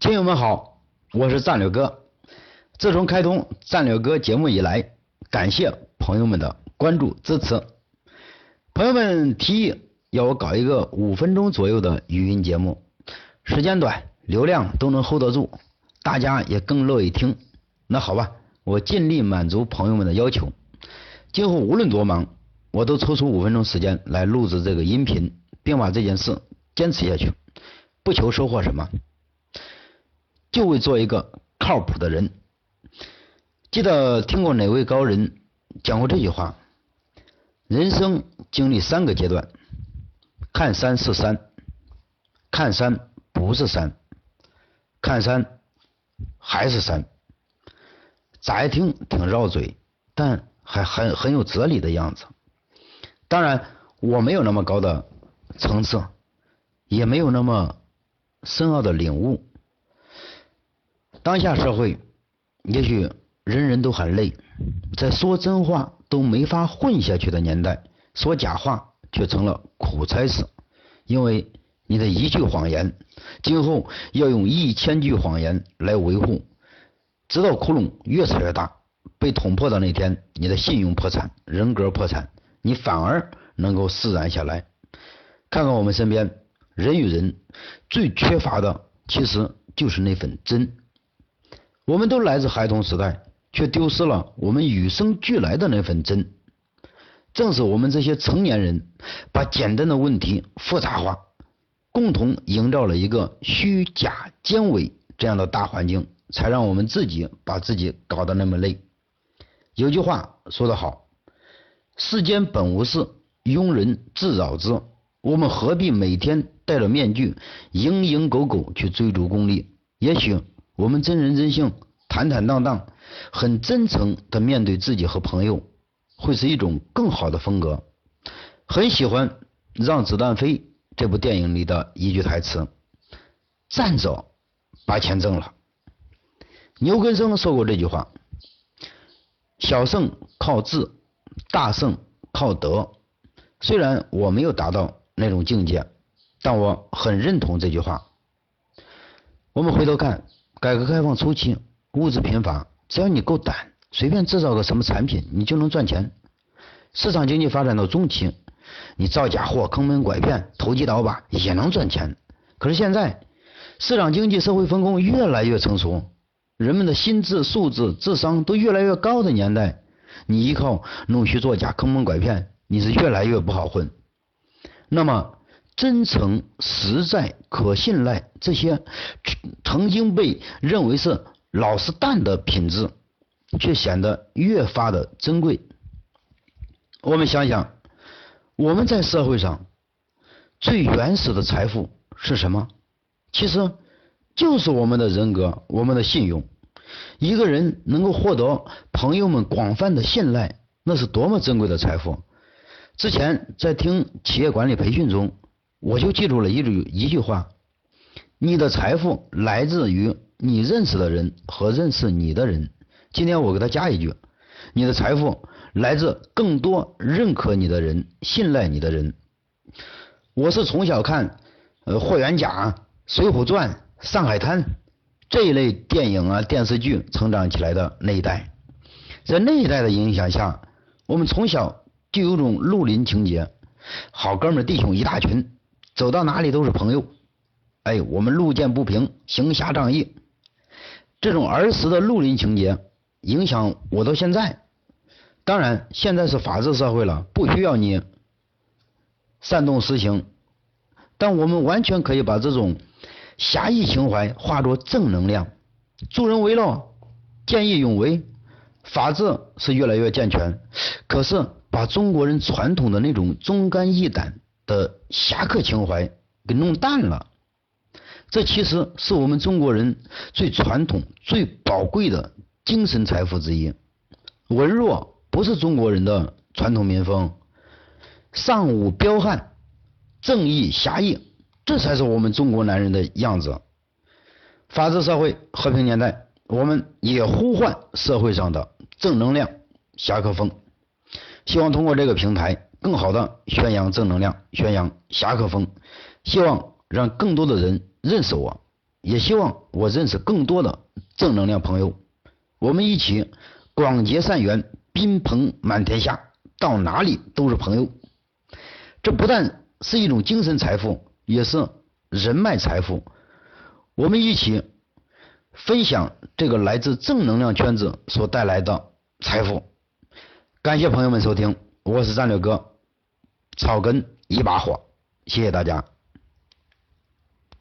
听友们好，我是战略哥。自从开通战略哥节目以来，感谢朋友们的关注支持。朋友们提议要我搞一个5分钟左右的语音节目，时间短，流量都能 hold 得住，大家也更乐意听。那好吧，我尽力满足朋友们的要求。今后无论多忙，我都抽出5分钟时间来录制这个音频，并把这件事坚持下去，不求收获什么，就为做一个靠谱的人。记得听过哪位高人讲过这句话：人生经历3个阶段，看山是山，看山不是山，看山还是山。乍一听挺绕嘴，但还很有哲理的样子。当然我没有那么高的层次，也没有那么深奥的领悟。当下社会也许人人都很累，在说真话都没法混下去的年代，说假话却成了苦差事。因为你的一句谎言，今后要用1000句谎言来维护，直到窟窿越踩越大，被捅破的那天，你的信用破产，人格破产，你反而能够释然下来。看看我们身边人与人最缺乏的，其实就是那份真。我们都来自孩童时代，却丢失了我们与生俱来的那份真。正是我们这些成年人把简单的问题复杂化，共同营造了一个虚假兼伪这样的大环境，才让我们自己把自己搞得那么累。有句话说得好，世间本无事，庸人自扰之。我们何必每天戴着面具，蝇营狗苟去追逐功利？也许我们真人真性，坦坦荡荡，很真诚的面对自己和朋友，会是一种更好的风格。很喜欢《让子弹飞》这部电影里的一句台词：站着把钱挣了。牛根生说过这句话：小胜靠智，大胜靠德。虽然我没有达到那种境界，但我很认同这句话。我们回头看，改革开放初期，物质贫乏，只要你够胆，随便制造个什么产品，你就能赚钱。市场经济发展到中期，你造假货、坑蒙拐骗、投机倒把也能赚钱。可是现在，市场经济社会分工越来越成熟，人们的心智素质、智商都越来越高的年代，你依靠弄虚作假、坑蒙拐骗，你是越来越不好混。那么真诚、实在、可信赖，这些曾经被认为是老实淡的品质，却显得越发的珍贵。我们想想，我们在社会上最原始的财富是什么？其实就是我们的人格，我们的信用。一个人能够获得朋友们广泛的信赖，那是多么珍贵的财富。之前在听企业管理培训中，我就记住了一句话：你的财富来自于你认识的人和认识你的人。今天我给他加一句：你的财富来自更多认可你的人、信赖你的人。我是从小看霍元甲、水浒传、上海滩这一类电影啊、电视剧成长起来的那一代。在那一代的影响下，我们从小就有种绿林情节，好哥们弟兄一大群，走到哪里都是朋友。我们路见不平，行侠仗义。这种儿时的绿林情节影响我到现在。当然现在是法治社会了，不需要你煽动私刑，但我们完全可以把这种侠义情怀化作正能量，助人为乐，见义勇为。法治是越来越健全，可是把中国人传统的那种忠肝义胆的侠客情怀给弄淡了。这其实是我们中国人最传统、最宝贵的精神财富之一。文弱不是中国人的传统民风，尚武彪悍、正义侠义，这才是我们中国男人的样子。法治社会、和平年代，我们也呼唤社会上的正能量侠客风。希望通过这个平台更好的宣扬正能量，宣扬侠客风，希望让更多的人认识我， 也希望我认识更多的正能量朋友，我们一起广结善缘，宾朋满天下，到哪里都是朋友。这不但是一种精神财富，也是人脉财富。我们一起分享这个来自正能量圈子所带来的财富。感谢朋友们收听，我是战略哥，草根一把火，谢谢大家。